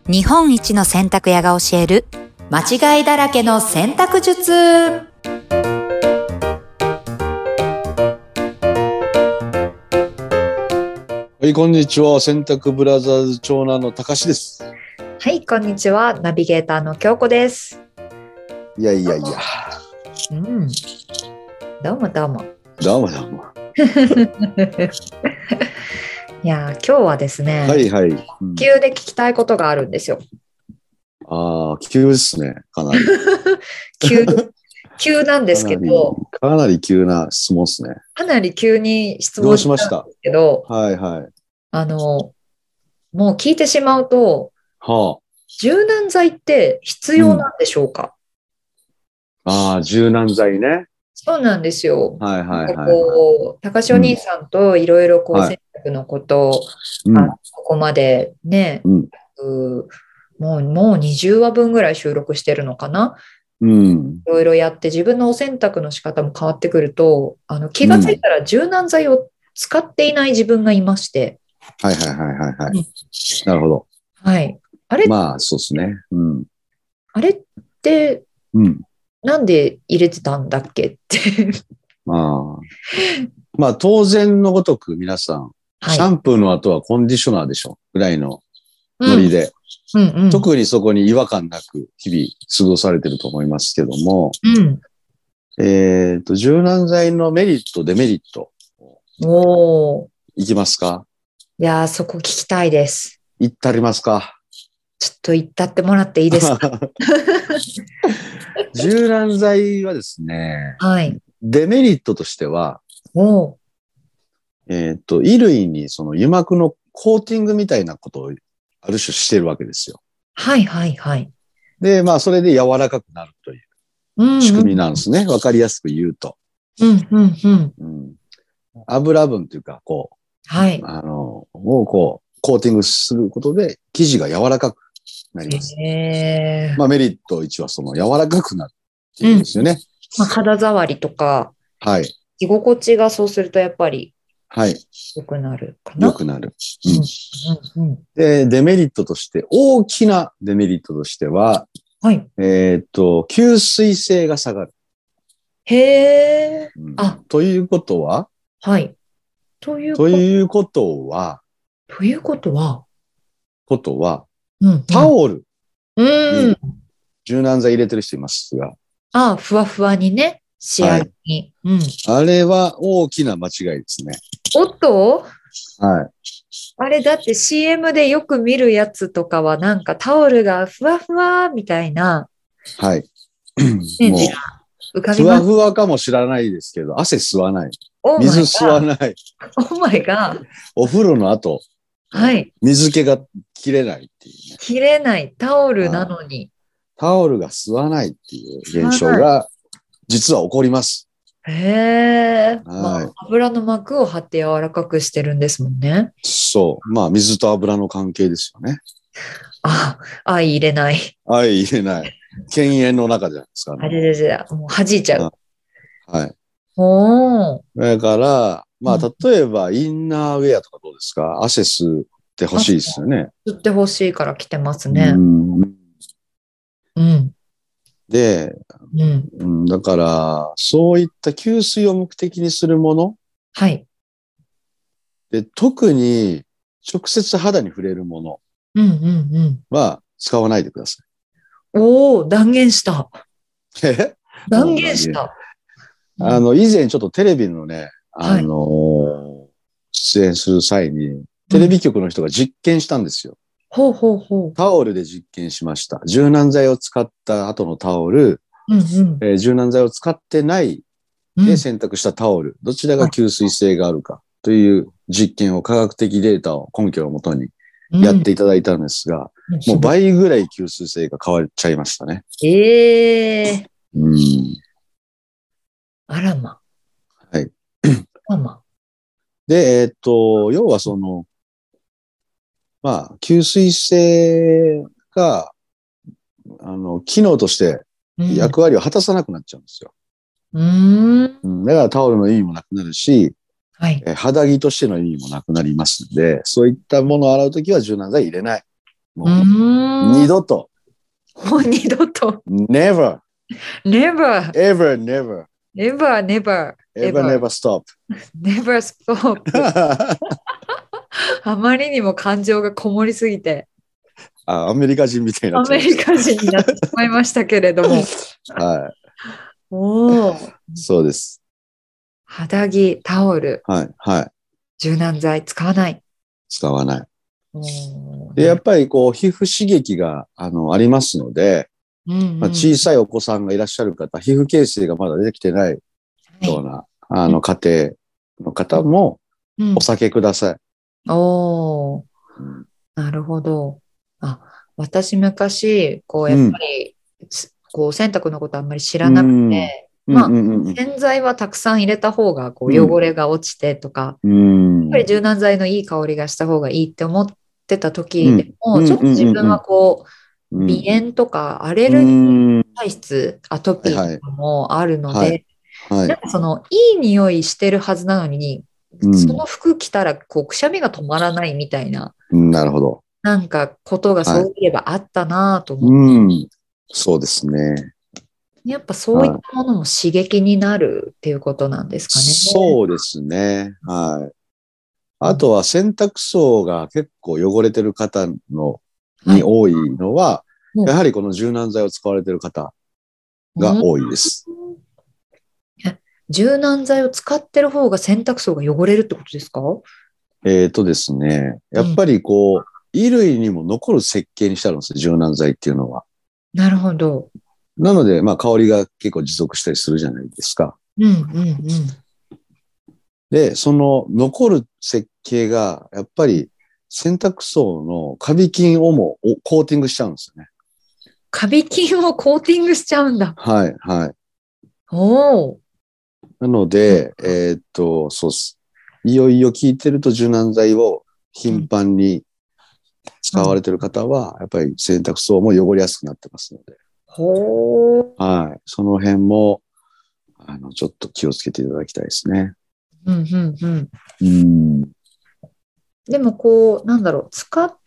日本一の洗濯屋が教える間違いだらけの洗濯術。はい、こんにちは。洗濯ブラザーズ長男のたかしです。 はい、こんにちは。ナビゲーターの京子です。 いやいやいや。 どうもどうも。 どうもどうも。 いや、今日はですね、 はいはい。 急で聞きたいことがあるんですよ。 ああ、急ですね。かなり。 急なんですけど。 かなり急な質問ですね。 かなり急に質どうし問したんでましたすけど、 はいはい。 もう聞いてしまうと、 は柔軟剤って必要なんでしょうか？ ああ、柔軟剤ね。 そうなんですよ。 はいはいはい、 高橋お兄さんといろいろ洗濯のことを、ここまでね、もう20話分ぐらい収録してるのかな。いろいろやって自分のお洗濯の仕方も変わってくると、気がついたら柔軟剤を使っていない自分がいまして。 はいはいはいはいはい。なるほど。 はい。あれ、 まあそうですね。 あれって、なんで入れてたんだっけってまあ当然のごとく皆さん、シャンプーの後はコンディショナーでしょぐらいのノリで、特にそこに違和感なく日々過ごされてると思いますけども、柔軟剤のメリットデメリットいきますか？ いやー、そこ聞きたいです。 言ってありますか？ ちょっと言ったってもらっていいですか？ 柔軟剤はですね、デメリットとしては、衣類にその油膜のコーティングみたいなことをある種してるわけですよ。 はいはいはい。 で、まあそれで柔らかくなるという仕組みなんですね。わかりやすく言うと。油分というか、こう、をこう、コーティングすることで生地が柔らかくなります。まあメリット1はその柔らかくなるっていうんですよね。 肌触りとか、居心地がそうするとやっぱり、良くなるかな。 良くなる。で、デメリットとして、大きなデメリットとしては、吸水性が下がる。 へー。 ということはということは、タオルに柔軟剤入れてる人いますが。 ふわふわにね、仕上げに。 あれは大きな間違いですね。 おっと？あれだって CM でよく見るやつとかはなんかタオルがふわふわみたいな。 もう、ふわふわかもしれないですけど、汗吸わない。水吸わない。 オーマイガー。 お風呂の後、水気が切れないっていうね。 切れないタオルなのに。 タオルが吸わないっていう現象が実は起こります。 へー。油の膜を張って柔らかくしてるんですもんね。 そう。まあ、水と油の関係ですよね。 相入れない。 相入れない。犬猿の中じゃないですか、 あれですよ。もう弾いちゃう。 だから、まあ、例えば、インナーウェアとかどうですか？汗吸ってほしいですよね。 吸ってほしいから着てますね。 で、だから、そういった吸水を目的にするもの。で、特に直接肌に触れるものは使わないでください。 断言した。断言した。 以前ちょっとテレビのね、出演する際に、テレビ局の人が実験したんですよ。タオルで実験しました。柔軟剤を使った後のタオル、柔軟剤を使ってないで洗濯したタオル、どちらが吸水性があるかという実験を科学的データを根拠をもとにやっていただいたんですが、もう倍ぐらい吸水性が変わっちゃいましたね。 あらま。 で、要はその、まあ、吸水性が、機能として役割を果たさなくなっちゃうんですよ。だからタオルの意味もなくなるし、肌着としての意味もなくなりますので、そういったものを洗うときは柔軟剤入れない。 もう二度と。 もう二度と。 never. never. ever, never. never, never. ever, never stop. never stop. あまりにも感情がこもりすぎて。 アメリカ人みたいになっアメリカ人になってしまいましたけれども。 はい。 おお。 そうです。 肌着、タオル。 はい、はい。 柔軟剤使わない。 使わない。で、やっぱりこう、皮膚刺激がありますので、小さいお子さんがいらっしゃる方、皮膚形成がまだできてないような、家庭の方も、お酒ください。 おー、なるほど。私昔、こう、やっぱり、こう、洗濯のことあんまり知らなくて、洗剤はたくさん入れた方が、こう、汚れが落ちてとか、やっぱり柔軟剤のいい香りがした方がいいって思ってた時でも、ちょっと自分はこう、鼻炎とかアレルギー体質、アトピーとかもあるので、なんかその、いい匂いしてるはずなのに、その服着たら、こう、くしゃみが止まらないみたいな。 なるほど。 なんか、ことがそういえばあったなと思って。 そうですね。 やっぱそういったものも刺激になるっていうことなんですかね。 そうですね。はい。あとは洗濯槽が結構汚れてる方に多いのは、やはりこの柔軟剤を使われてる方が多いです。 柔軟剤を使ってる方が洗濯槽が汚れるってことですか？ ですね。やっぱりこう、衣類にも残る設計にしてあるんですよ、柔軟剤っていうのは。 なるほど。 なので、まあ香りが結構持続したりするじゃないですか。で、その残る設計が、やっぱり洗濯槽のカビ菌をもコーティングしちゃうんですよね。 カビ菌をコーティングしちゃうんだ。 はい、はい。 おー。 なので、そうです。いよいよ効いてると柔軟剤を頻繁に使われてる方は、やっぱり洗濯槽も汚れやすくなってますので。はい。その辺も、ちょっと気をつけていただきたいですね。 でもこう、なんだろう、使って、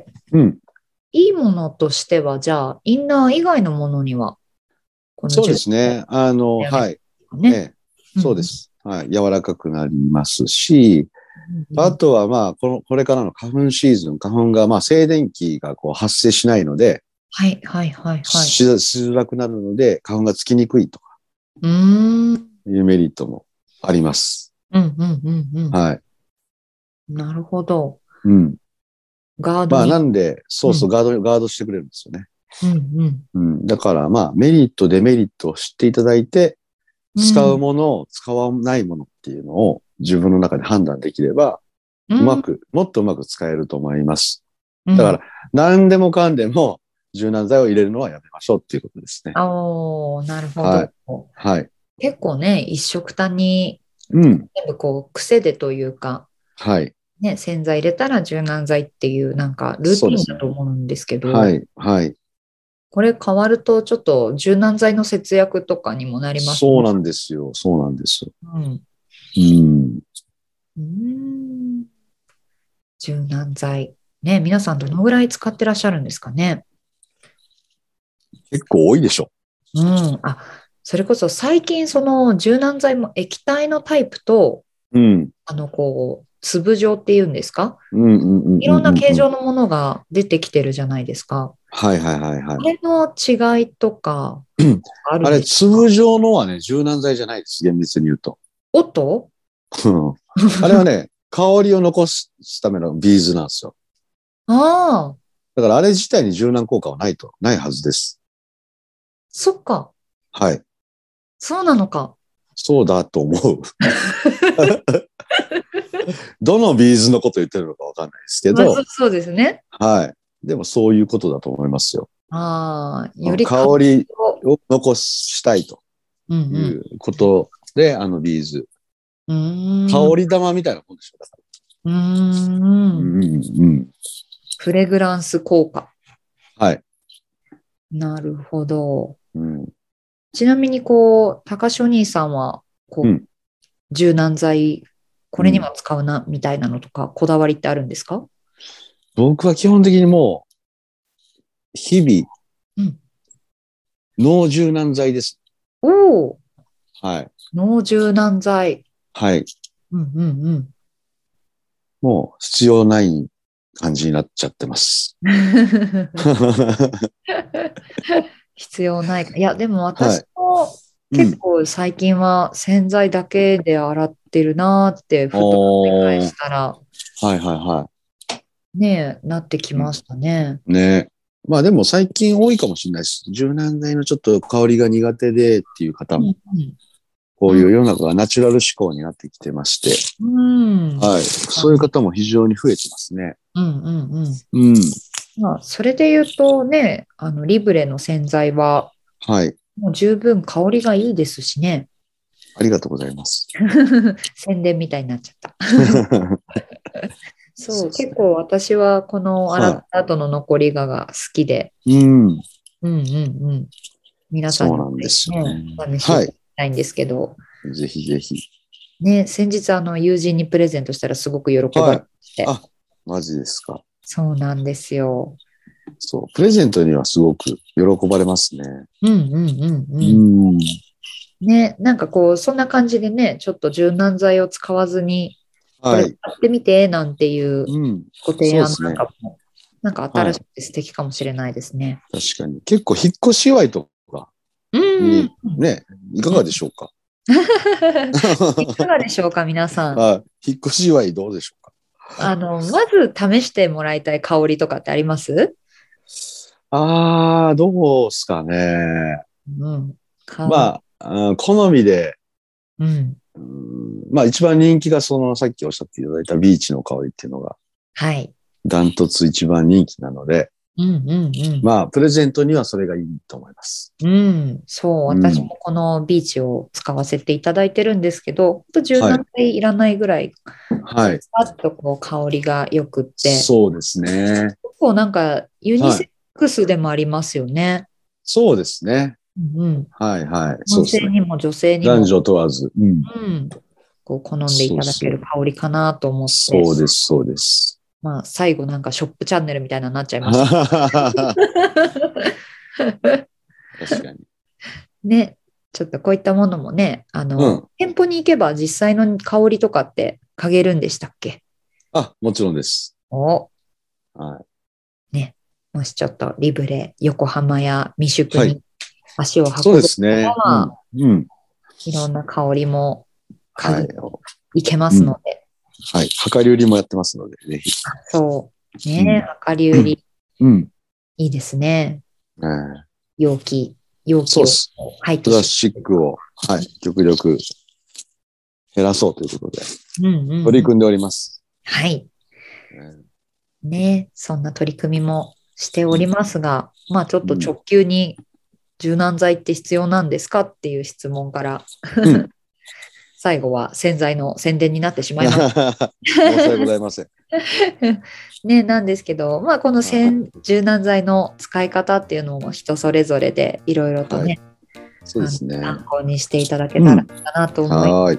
いいものとしては、じゃあ、インナー以外のものには、 そうですね。はい。そうです。はい。柔らかくなりますし、あとはまあ、これからの花粉シーズン、花粉がまあ静電気がこう発生しないので、しづらくなるので、花粉がつきにくいとか、いうメリットもあります。はい。 なるほど。 ガードまあなんで、そうそう、ガードしてくれるんですよね。だからまあ、メリット、デメリットを知っていただいて、使うもの、使わないものっていうのを自分の中で判断できれば、もっとうまく使えると思います。だから、何でもかんでも柔軟剤を入れるのはやめましょうっていうことですね。 おー、なるほど。 はい。 結構ね、一緒たに、全部こう、癖でというか、 はい。 ね、洗剤入れたら柔軟剤っていうなんかルーティンだと思うんですけど、 はい、はい。 これ変わるとちょっと柔軟剤の節約とかにもなりますね。 そうなんですよ。そうなんですよ。 柔軟剤。ね、皆さんどのぐらい使ってらっしゃるんですかね。 結構多いでしょ。 それこそ最近その柔軟剤も液体のタイプと、こう、粒状っていうんですか？いろんな形状のものが出てきてるじゃないですか。 あれの違いとかあるんですか？あれ、粒状のはね、柔軟剤じゃないです。厳密に言うと。 おっとあれはね、香りを残すためのビーズなんですよ。だからあれ自体に柔軟効果はないはずです。 そっか。 はい。 そうなのか。 そうだと思う。どのビーズのこと言ってるのかわかんないですけど。 そうですね。 はい。でもそういうことだと思いますよ。 より香りを残したいということで、ビーズ。香り玉みたいなもんでしょう。だからフレグランス効果。 はい。 なるほど。ちなみにこう、高橋お兄さんはこう、柔軟剤これにも使うなみたいなのとか、こだわりってあるんですか？ 僕は基本的にも日々、脳柔軟剤です。 おー。 はい。 脳柔軟剤。 はい。もう必要ない感じになっちゃってます。 必要ない。いや、でも私も結構最近は洗剤だけで洗ってるなーって、ふと思い返したら、ねえ、なってきましたね。 ね。まあでも最近多いかもしれないです。柔軟剤のちょっと香りが苦手でっていう方も、こういう世の中がナチュラル志向になってきてまして、はい。そういう方も非常に増えてますね。 まあ、それで言うとね、リブレの洗剤は、 はい。 もう十分香りがいいですしね。 ありがとうございます。 宣伝みたいになっちゃった。そう、結構私はこの洗った後の残りがが好きで。皆さんに、 そうなんですよね。 試していただきたいんですけど。 ぜひぜひ。 ね、先日友人にプレゼントしたらすごく喜ばれて。 あ、マジですか。 そうなんですよ。 そう、プレゼントにはすごく喜ばれますね。 ね、なんかこう、そんな感じでね、ちょっと柔軟剤を使わずに、これ買ってみてなんていうご提案なんかも、なんか新しくて素敵かもしれないですね。 確かに。結構引っ越し祝いとかにね、いかがでしょうか。 いかがでしょうか、皆さん。 引っ越し祝いどうでしょうか。 まず試してもらいたい香りとかってあります？ どうすかね。まあ、好みで、まあ一番人気がさっきおっしゃっていただいたビーチの香りっていうのが、ダントツ一番人気なので、まあ、プレゼントにはそれがいいと思います。 そう、私もこのビーチを使わせていただいてるんですけど、ほんと柔軟剤いらないぐらい、さっとこう香りがよくって。 そうですね。 結構なんかユニセックスでもありますよね。 そうですね。 男性にも女性にも。 男女問わず。 こう好んでいただける香りかなと思って。 そうです、そうです。 まあ、最後なんかショップチャンネルみたいなになっちゃいました。 確かに。 ね、ちょっとこういったものもね、店舗に行けば実際の香りとかって嗅げるんでしたっけ？ もちろんです。 ね、もしちょっとリブレ、横浜や未宿に足を運ぶそうですね。 いろんな香りも嗅ぎいけますので。 量り売りもやってますので、ぜひ。 そうね、量り売り。いいですね。容器を廃棄プラスチックを、極力減らそうということで、取り組んでおります。 ね、そんな取り組みもしておりますが、まあちょっと直球に柔軟剤って必要なんですかっていう質問から、最後は洗剤の宣伝になってしまいました。 申し訳ございません。 ね、なんですけど、まあこの柔軟剤の使い方っていうのも人それぞれでいろいろとね、 そうですね。 参考にしていただけたらかなと思います。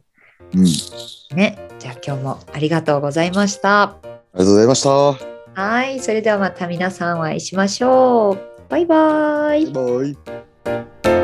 ね、じゃあ今日もありがとうございました。 ありがとうございました。 はい、それではまた皆さんお会いしましょう。バイバイ。 バイバイ。